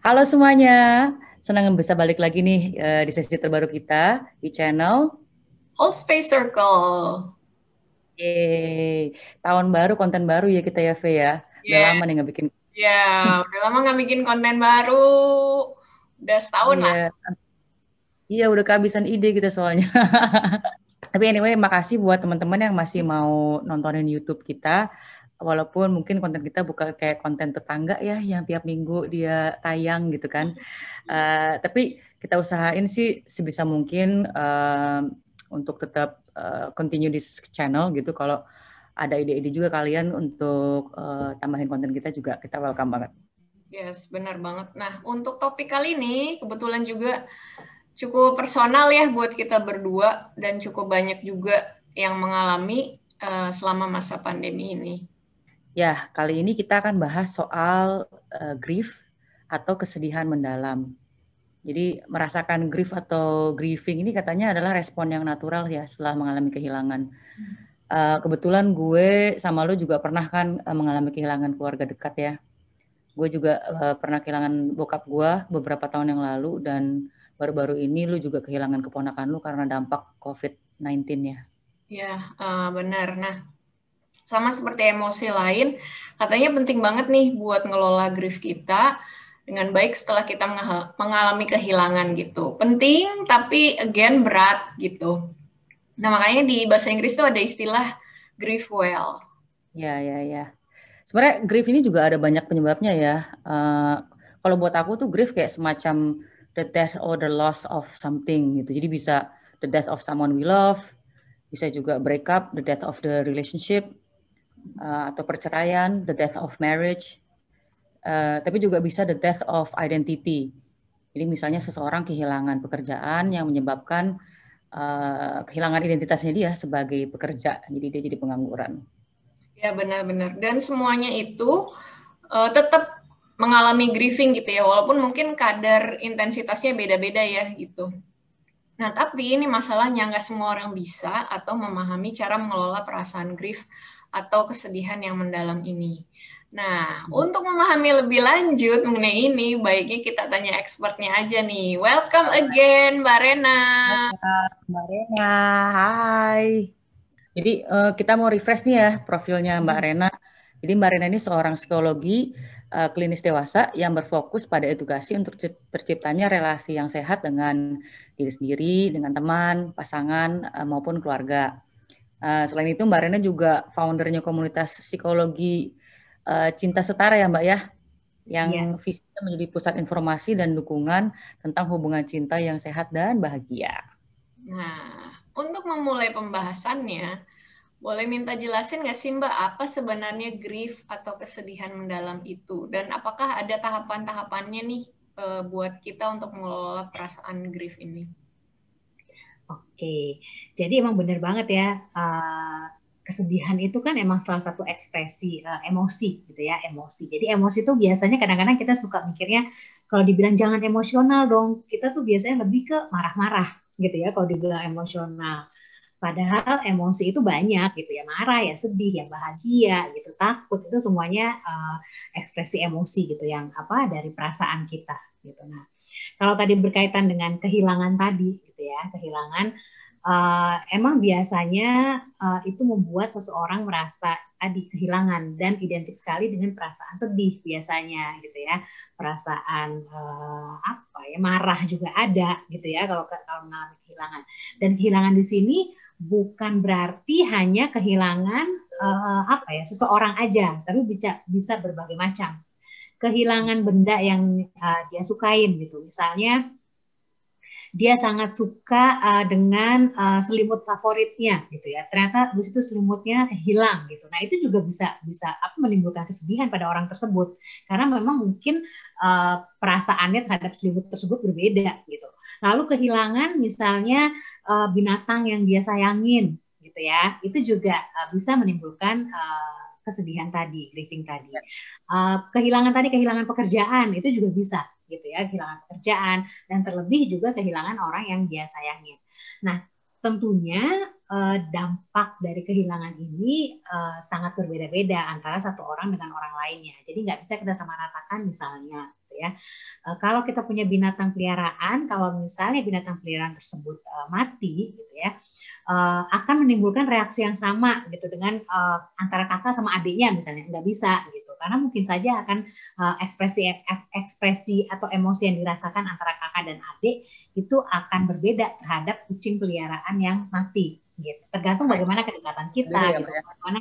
Halo semuanya, senang bisa balik lagi nih di sesi terbaru kita di channel. Hold Space Circle. Yeay, tahun baru, konten baru ya kita ya, Fe ya. Udah Ya, lama nih nggak bikin. ya, udah lama nggak bikin konten baru. Udah setahun lah. Iya, iya udah kehabisan ide kita soalnya. Tapi anyway, makasih buat teman-teman yang masih mau nontonin YouTube kita. Walaupun mungkin konten kita bukan kayak konten tetangga ya, yang tiap minggu dia tayang gitu kan. Tapi kita usahain sih sebisa mungkin untuk tetap continue di channel gitu. Kalau ada ide-ide juga kalian untuk tambahin konten kita juga, kita welcome banget. Yes, benar banget. Nah, untuk topik kali ini kebetulan juga cukup personal ya buat kita berdua dan cukup banyak juga yang mengalami selama masa pandemi ini. Ya, kali ini kita akan bahas soal grief atau kesedihan mendalam. Jadi merasakan grief atau grieving ini katanya adalah respon yang natural ya setelah mengalami kehilangan. Kebetulan gue sama lu juga pernah kan mengalami kehilangan keluarga dekat ya. Gue juga pernah kehilangan bokap gue beberapa tahun yang lalu dan baru-baru ini lu juga kehilangan keponakan lu karena dampak COVID-19 ya. Ya, benar. Nah, sama seperti emosi lain, katanya penting banget nih buat ngelola grief kita dengan baik setelah kita mengalami kehilangan gitu. Penting, tapi again berat gitu. Nah, makanya di bahasa Inggris tuh ada istilah grief well. Ya, ya, ya. Sebenarnya grief ini juga ada banyak penyebabnya ya. Kalau buat aku tuh grief kayak semacam the death or the loss of something gitu. Jadi bisa the death of someone we love, bisa juga break up, the death of the relationship, atau perceraian, the death of marriage. Tapi juga bisa the death of identity. Jadi misalnya seseorang kehilangan pekerjaan yang menyebabkan kehilangan identitasnya dia sebagai pekerja. Jadi dia jadi pengangguran. Ya, benar-benar. Dan semuanya itu tetap mengalami grieving gitu ya, walaupun mungkin kadar intensitasnya beda-beda ya gitu. Nah, tapi ini masalahnya nggak semua orang bisa atau memahami cara mengelola perasaan grief atau kesedihan yang mendalam ini. Nah, untuk memahami lebih lanjut mengenai ini, baiknya kita tanya expertnya aja nih. Welcome again, Mbak Rena. Mbak Rena, hai. Jadi kita mau refresh nih ya profilnya Mbak Rena. Jadi Mbak Rena ini seorang psikologi klinis dewasa yang berfokus pada edukasi untuk terciptanya relasi yang sehat dengan diri sendiri, dengan teman, pasangan, maupun keluarga. Selain itu Mbak Rena juga foundernya komunitas psikologi Cinta Setara ya Mbak ya, Iya. yang visinya menjadi pusat informasi dan dukungan tentang hubungan cinta yang sehat dan bahagia. Nah, untuk memulai pembahasannya, boleh minta jelasin nggak sih Mbak, apa sebenarnya grief atau kesedihan mendalam itu? Dan apakah ada tahapan-tahapannya nih buat kita untuk mengelola perasaan grief ini? Oke, jadi emang bener banget ya, kesedihan itu kan emang salah satu ekspresi emosi gitu ya, emosi. Jadi emosi itu biasanya kadang-kadang kita suka mikirnya kalau dibilang jangan emosional dong, kita tuh biasanya lebih ke marah-marah gitu ya kalau dibilang emosional. Padahal emosi itu banyak gitu ya, marah ya, sedih ya, bahagia gitu, takut itu semuanya ekspresi emosi gitu yang apa dari perasaan kita gitu. Nah, kalau tadi berkaitan dengan kehilangan tadi gitu ya, kehilangan emang biasanya itu membuat seseorang merasa tadi kehilangan dan identik sekali dengan perasaan sedih biasanya gitu ya, perasaan apa ya, marah juga ada gitu ya kalau mengalami kehilangan. Dan kehilangan di sini bukan berarti hanya kehilangan apa ya, seseorang aja, tapi bisa berbagai macam kehilangan benda yang dia sukain gitu. Misalnya dia sangat suka dengan selimut favoritnya gitu ya. Ternyata habis itu selimutnya hilang gitu. Nah, itu juga bisa bisa apa menimbulkan kesedihan pada orang tersebut karena memang mungkin perasaannya terhadap selimut tersebut berbeda gitu. Lalu kehilangan misalnya binatang yang dia sayangin gitu ya. Itu juga bisa menimbulkan kesedihan tadi, grieving tadi. Kehilangan pekerjaan itu juga bisa gitu ya, kehilangan pekerjaan dan terlebih juga kehilangan orang yang dia sayangin. Nah, tentunya dampak dari kehilangan ini sangat berbeda-beda antara satu orang dengan orang lainnya. Jadi nggak bisa kita samaratakan misalnya gitu ya. Kalau kita punya binatang peliharaan, kalau misalnya binatang peliharaan tersebut mati gitu ya, akan menimbulkan reaksi yang sama gitu dengan antara kakak sama adiknya misalnya, nggak bisa gitu, karena mungkin saja akan ekspresi atau emosi yang dirasakan antara kakak dan adik itu akan berbeda terhadap kucing peliharaan yang mati gitu, tergantung bagaimana kedekatan kita gitu, bagaimana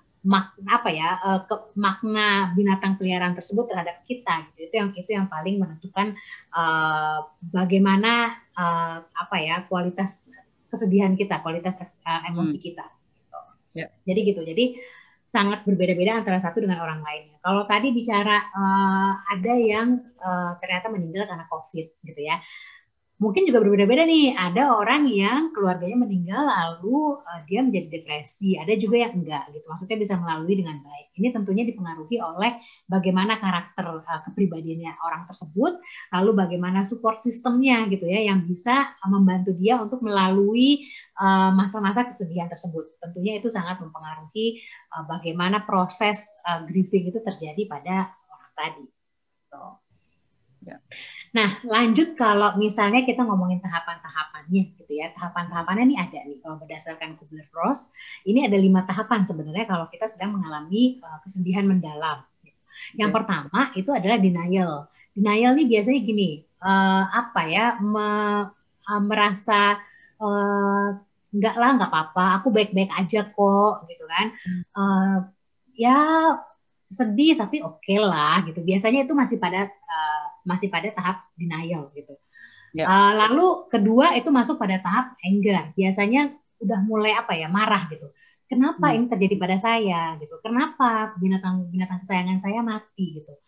makna binatang peliharaan tersebut terhadap kita gitu. Itu yang paling menentukan bagaimana kualitas kesedihan kita, kualitas emosi kita gitu. Jadi gitu. Jadi sangat berbeda-beda antara satu dengan orang lainnya. Kalau tadi bicara ada yang ternyata meninggal karena COVID gitu ya. Mungkin juga berbeda-beda nih. Ada orang yang keluarganya meninggal lalu dia menjadi depresi. Ada juga yang enggak gitu. Maksudnya bisa melalui dengan baik. Ini tentunya dipengaruhi oleh bagaimana karakter kepribadiannya orang tersebut, lalu bagaimana support sistemnya gitu ya yang bisa membantu dia untuk melalui masa-masa kesedihan tersebut. Tentunya itu sangat mempengaruhi bagaimana proses grieving itu terjadi pada orang tadi. Gitu. Ya. Nah, lanjut kalau misalnya kita ngomongin tahapan-tahapannya gitu ya. Tahapan-tahapannya nih ada nih kalau berdasarkan Kubler-Ross, ini ada 5 tahapan sebenarnya kalau kita sedang mengalami kesedihan mendalam. Yang pertama itu adalah denial. Denial nih biasanya gini, merasa enggak lah, enggak apa-apa, aku baik-baik aja kok gitu kan. Ya sedih tapi oke lah gitu. Biasanya itu masih pada tahap denial gitu. Lalu kedua itu masuk pada tahap anger. Biasanya udah mulai marah gitu. Kenapa ini terjadi pada saya gitu? Kenapa binatang kesayangan saya mati gitu?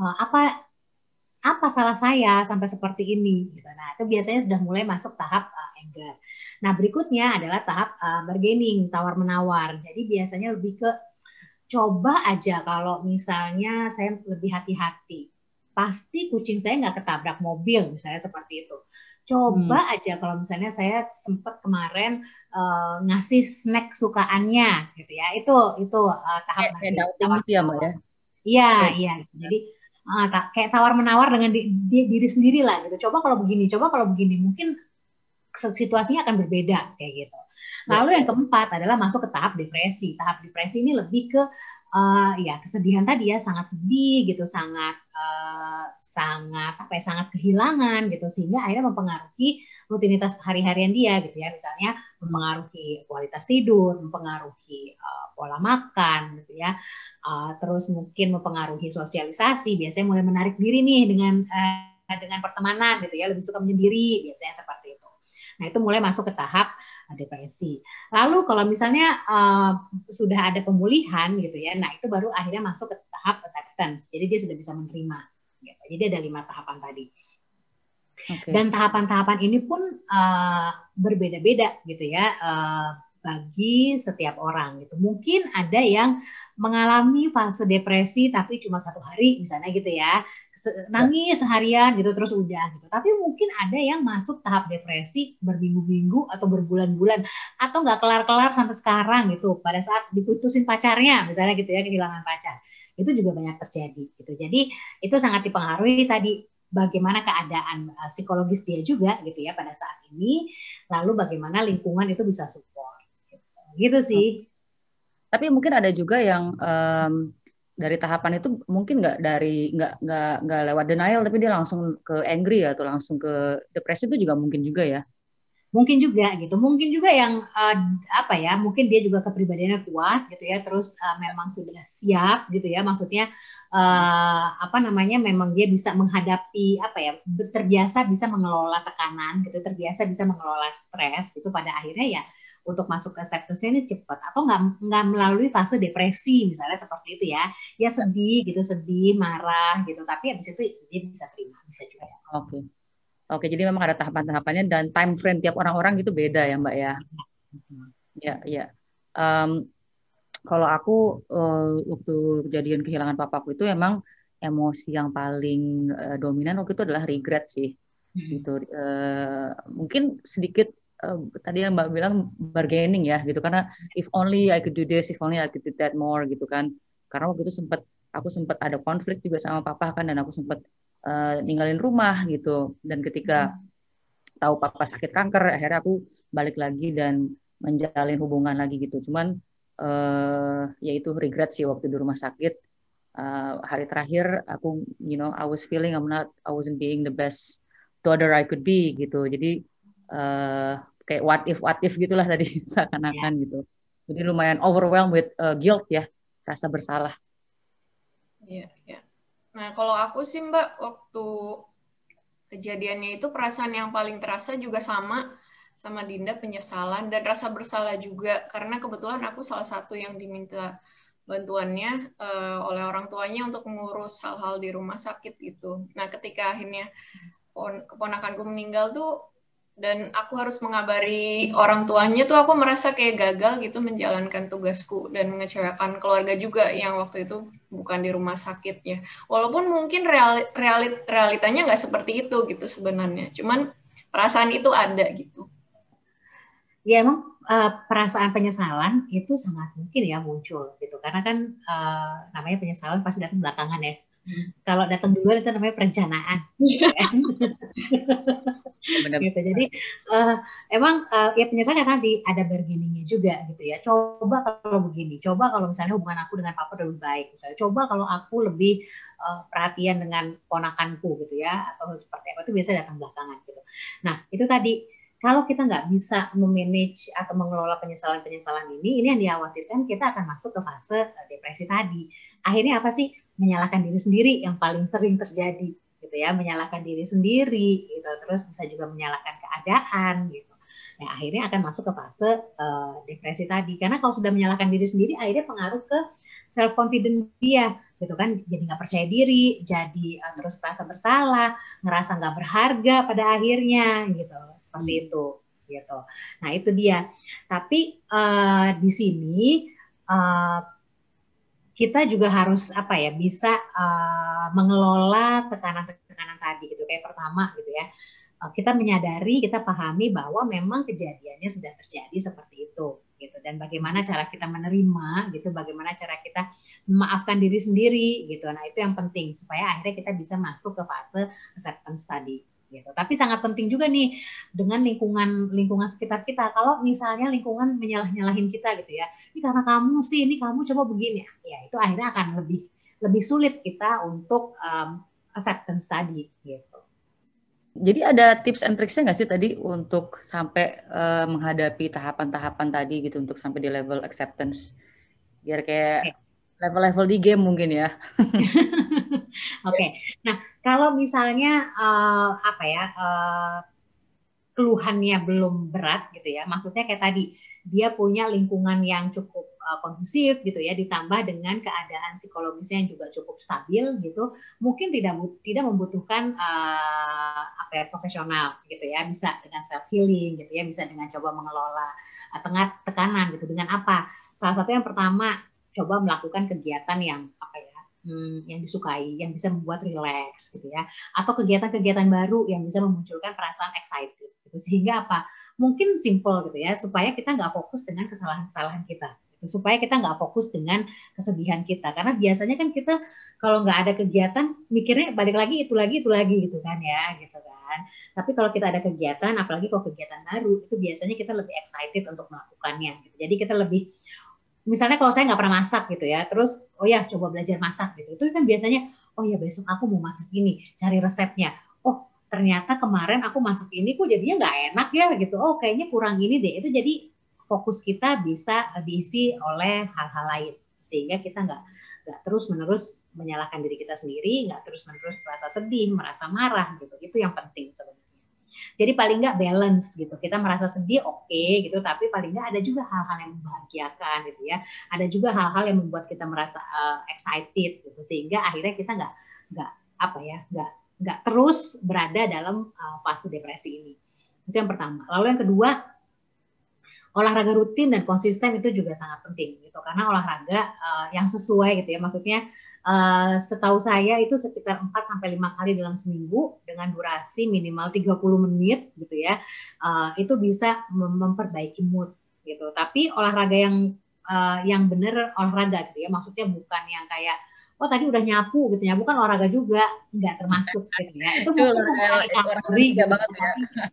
Apa salah saya sampai seperti ini gitu. Nah, itu biasanya sudah mulai masuk tahap anger. Nah, berikutnya adalah tahap bargaining, tawar-menawar. Jadi biasanya lebih ke coba aja kalau misalnya saya lebih hati-hati, pasti kucing saya nggak ketabrak mobil, misalnya seperti itu. Coba aja kalau misalnya saya sempat kemarin ngasih snack sukaannya, gitu ya. Itu tahap doubting gitu ya, Mbak ya? Iya. Jadi kayak tawar-menawar dengan diri sendiri lah, gitu. Coba kalau begini, mungkin situasinya akan berbeda kayak gitu. Lalu yang keempat adalah masuk ke tahap depresi. Tahap depresi ini lebih ke kesedihan tadi ya, sangat sedih gitu, sangat kehilangan gitu, sehingga akhirnya mempengaruhi rutinitas hari-harian dia gitu ya, misalnya mempengaruhi kualitas tidur, mempengaruhi pola makan gitu ya, terus mungkin mempengaruhi sosialisasi, biasanya mulai menarik diri nih dengan pertemanan gitu ya, lebih suka menyendiri biasanya seperti itu. Nah, itu mulai masuk ke tahap depresi. Lalu kalau misalnya sudah ada pemulihan gitu ya, nah itu baru akhirnya masuk ke tahap acceptance. Jadi dia sudah bisa menerima. Gitu. Jadi ada 5 tahapan tadi. Dan tahapan-tahapan ini pun berbeda-beda gitu ya bagi setiap orang. Gitu. Mungkin ada yang mengalami fase depresi tapi cuma 1 hari misalnya gitu ya. Nangis seharian gitu terus udah gitu. Tapi mungkin ada yang masuk tahap depresi berminggu-minggu atau berbulan-bulan atau nggak kelar-kelar sampai sekarang gitu. Pada saat diputusin pacarnya misalnya gitu ya, kehilangan pacar. Itu juga banyak terjadi gitu. Jadi itu sangat dipengaruhi tadi bagaimana keadaan psikologis dia juga gitu ya pada saat ini. Lalu bagaimana lingkungan itu bisa support. Gitu sih. Tapi mungkin ada juga yang dari tahapan itu mungkin nggak lewat denial, tapi dia langsung ke angry atau langsung ke depresi, itu juga mungkin juga ya. Mungkin juga gitu, mungkin juga yang mungkin dia juga kepribadiannya kuat gitu ya, terus memang sudah siap gitu ya, maksudnya memang dia bisa menghadapi terbiasa bisa mengelola tekanan gitu, terbiasa bisa mengelola stres gitu, pada akhirnya ya untuk masuk ke acceptance ini cepat, atau nggak melalui fase depresi misalnya seperti itu ya, dia sedih marah gitu, tapi habis itu dia bisa terima, bisa juga ya. Oke, jadi memang ada tahapan-tahapannya dan time frame tiap orang-orang gitu beda ya Mbak ya. Ya. Kalau aku waktu kejadian kehilangan papaku itu emang emosi yang paling dominan waktu itu adalah regret sih. Gitu. Mungkin sedikit tadi yang Mbak bilang bargaining ya gitu, karena if only I could do this, if only I could do that more gitu kan. Karena waktu itu aku sempat ada konflik juga sama papa kan, dan aku sempat ninggalin rumah gitu. Dan ketika tahu papa sakit kanker, akhirnya aku balik lagi dan menjalin hubungan lagi gitu. Cuman ya itu regret sih waktu di rumah sakit. Hari terakhir aku, I was feeling I wasn't being the best daughter I could be gitu. Jadi kayak what if gitulah tadi seakan-akan gitu. Jadi lumayan overwhelmed with guilt ya, rasa bersalah. Iya, iya. Nah, kalau aku sih Mbak, waktu kejadiannya itu perasaan yang paling terasa juga sama Dinda, penyesalan dan rasa bersalah juga, karena kebetulan aku salah satu yang diminta bantuannya oleh orang tuanya untuk mengurus hal-hal di rumah sakit gitu. Nah, ketika akhirnya keponakanku meninggal tuh, dan aku harus mengabari orang tuanya tuh, aku merasa kayak gagal gitu menjalankan tugasku dan mengecewakan keluarga juga yang waktu itu bukan di rumah sakit ya. Walaupun mungkin realitanya nggak seperti itu gitu sebenarnya. Cuman perasaan itu ada gitu. Ya emang perasaan penyesalan itu sangat mungkin ya muncul gitu. Karena kan namanya penyesalan pasti datang belakangan ya. Kalau datang duluan itu namanya perencanaan. Gitu. Jadi emang ya penyesalan tadi ada bargainingnya juga gitu ya. Coba kalau begini, coba kalau misalnya hubungan aku dengan papa lebih baik, misalnya coba kalau aku lebih perhatian dengan ponakanku gitu ya, atau seperti apa, itu biasa datang belakangan gitu. Nah itu tadi, kalau kita nggak bisa memanage atau mengelola penyesalan-penyesalan ini yang dikhawatirkan kita akan masuk ke fase depresi tadi. Akhirnya apa sih? Menyalahkan diri sendiri yang paling sering terjadi gitu ya, menyalahkan diri sendiri gitu, terus bisa juga menyalahkan keadaan gitu. Nah, akhirnya akan masuk ke fase depresi tadi, karena kalau sudah menyalahkan diri sendiri akhirnya pengaruh ke self confidence dia gitu kan, jadi nggak percaya diri, jadi terus merasa bersalah, ngerasa nggak berharga pada akhirnya gitu, seperti itu gitu. Nah itu dia. Tapi di sini kita juga harus apa ya, bisa mengelola tekanan-tekanan tadi gitu. Kayak pertama gitu ya, kita menyadari, kita pahami bahwa memang kejadiannya sudah terjadi seperti itu gitu, dan bagaimana cara kita menerima gitu, bagaimana cara kita memaafkan diri sendiri gitu. Nah itu yang penting supaya akhirnya kita bisa masuk ke fase acceptance tadi gitu. Tapi sangat penting juga nih dengan lingkungan sekitar kita. Kalau misalnya lingkungan nyalahin kita gitu ya, ini karena kamu sih, ini kamu coba begini, ya itu akhirnya akan lebih sulit kita untuk acceptance tadi gitu. Jadi ada tips and tricksnya nggak sih tadi untuk sampai menghadapi tahapan-tahapan tadi gitu, untuk sampai di level acceptance, biar kayak level-level di game mungkin ya. Oke. Nah kalau misalnya keluhannya belum berat gitu ya, maksudnya kayak tadi dia punya lingkungan yang cukup kondusif gitu ya, ditambah dengan keadaan psikologisnya yang juga cukup stabil gitu, mungkin tidak membutuhkan profesional gitu ya, bisa dengan self healing gitu ya, bisa dengan coba mengelola tekanan gitu. Dengan apa? Salah satu yang pertama, coba melakukan kegiatan yang yang disukai, yang bisa membuat rileks gitu ya, atau kegiatan-kegiatan baru yang bisa memunculkan perasaan excited gitu. Sehingga apa? Mungkin simple gitu ya, supaya kita nggak fokus dengan kesalahan-kesalahan kita, gitu. Supaya kita nggak fokus dengan kesedihan kita, karena biasanya kan kita kalau nggak ada kegiatan mikirnya balik lagi itu lagi gitu kan ya, gitu kan. Tapi kalau kita ada kegiatan, apalagi kalau kegiatan baru, itu biasanya kita lebih excited untuk melakukannya gitu. Jadi kita lebih, misalnya kalau saya nggak pernah masak gitu ya, terus oh ya coba belajar masak gitu, itu kan biasanya oh ya besok aku mau masak ini, cari resepnya, oh ternyata kemarin aku masak ini kok jadinya nggak enak ya gitu, oh kayaknya kurang ini deh. Itu jadi fokus kita bisa diisi oleh hal-hal lain, sehingga kita nggak terus menerus menyalahkan diri kita sendiri, nggak terus menerus merasa sedih, merasa marah gitu. Itu yang penting sebenarnya. Jadi paling nggak balance gitu. Kita merasa sedih oke gitu, tapi paling nggak ada juga hal-hal yang membahagiakan gitu ya. Ada juga hal-hal yang membuat kita merasa excited gitu, sehingga akhirnya kita nggak terus berada dalam fase depresi ini. Itu yang pertama. Lalu yang kedua, olahraga rutin dan konsisten itu juga sangat penting gitu, karena olahraga yang sesuai gitu ya, maksudnya setahu saya itu sekitar 4-5 kali dalam seminggu dengan durasi minimal 30 menit gitu ya, itu bisa memperbaiki mood gitu. Tapi olahraga yang benar olahraga gitu ya, maksudnya bukan yang kayak oh tadi udah nyapu gitu, nyapu kan olahraga juga, nggak termasuk gitu ya. Itu Itu mungkin mempunyai orang kategori Indonesia gitu, banget ya.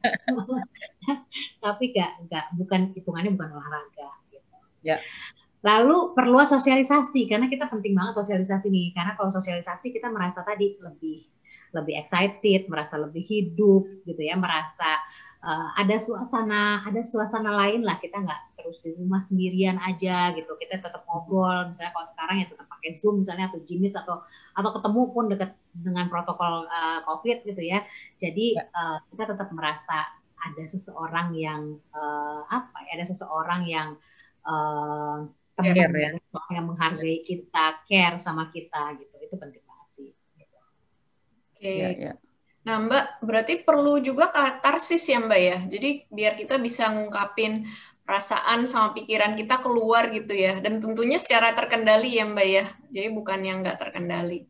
tapi nggak bukan hitungannya bukan olahraga. Gitu. Ya. Lalu perluas sosialisasi, karena kita penting banget sosialisasi nih, karena kalau sosialisasi kita merasa tadi lebih excited, merasa lebih hidup gitu ya, merasa ada suasana lain lah, kita nggak terus di rumah sendirian aja gitu, kita tetap ngobrol, misalnya kalau sekarang ya tetap pakai Zoom misalnya atau Gmeet atau ketemu pun dekat dengan protokol COVID gitu ya, jadi kita tetap merasa ada seseorang yang ada seseorang yang teman, ada seseorang yang menghargai kita, care sama kita gitu, itu penting banget sih. Oke. Ya. Nah Mbak, berarti perlu juga katarsis ya Mbak ya, jadi biar kita bisa ngungkapin perasaan sama pikiran kita keluar gitu ya, dan tentunya secara terkendali ya Mbak ya, jadi bukan yang nggak terkendali.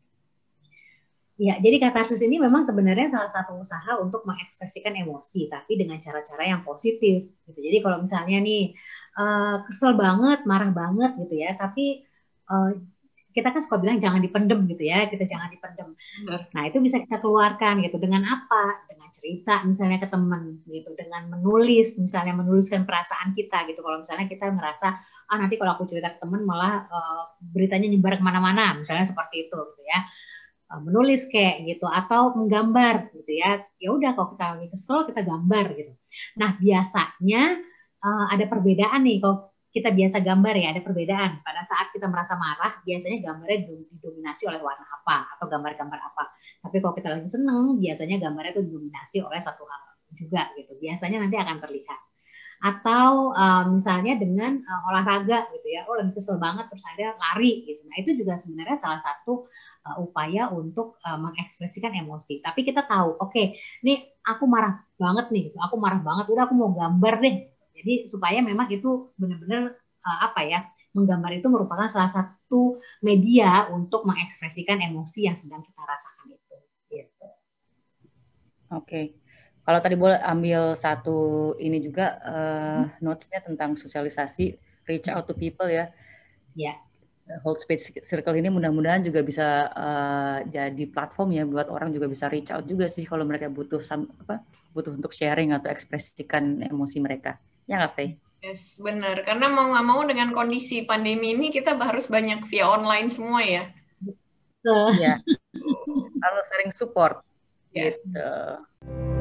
Ya, jadi katarsis ini memang sebenarnya salah satu usaha untuk mengekspresikan emosi, tapi dengan cara-cara yang positif. Gitu. Jadi kalau misalnya nih kesel banget, marah banget gitu ya, tapi kita kan suka bilang jangan dipendem gitu ya, kita jangan dipendem. Nah itu bisa kita keluarkan gitu, dengan apa? Dengan cerita misalnya ke teman gitu, dengan menuliskan perasaan kita gitu. Kalau misalnya kita ngerasa, nanti kalau aku cerita ke teman malah beritanya nyebar kemana-mana, misalnya seperti itu gitu ya. Menulis kayak gitu atau menggambar gitu ya udah kalau kita lagi kesel kita gambar gitu. Nah biasanya ada perbedaan nih, kalau kita biasa gambar ya ada perbedaan. Pada saat kita merasa marah biasanya gambarnya didominasi oleh warna apa atau gambar-gambar apa, tapi kalau kita lagi seneng biasanya gambarnya itu didominasi oleh satu hal juga gitu, biasanya nanti akan terlihat. Atau misalnya dengan olahraga gitu ya, lagi kesel banget terus ada lari gitu. Nah itu juga sebenarnya salah satu upaya untuk mengekspresikan emosi. Tapi kita tahu, oke, nih aku marah banget nih, aku marah banget, udah aku mau gambar deh. Jadi supaya memang itu benar-benar menggambar itu merupakan salah satu media untuk mengekspresikan emosi yang sedang kita rasakan itu. Gitu. Oke. Kalau tadi boleh ambil satu ini juga notes-nya tentang sosialisasi, reach out to people ya. Ya. Hold Space Circle ini mudah-mudahan juga bisa jadi platform ya buat orang juga bisa reach out juga sih kalau mereka butuh untuk sharing atau ekspresikan emosi mereka. Ya nggak, Faye? Yes, benar. Karena mau nggak mau dengan kondisi pandemi ini kita harus banyak via online semua ya. Betul. Iya. Harus sering support. Yes. Gitu.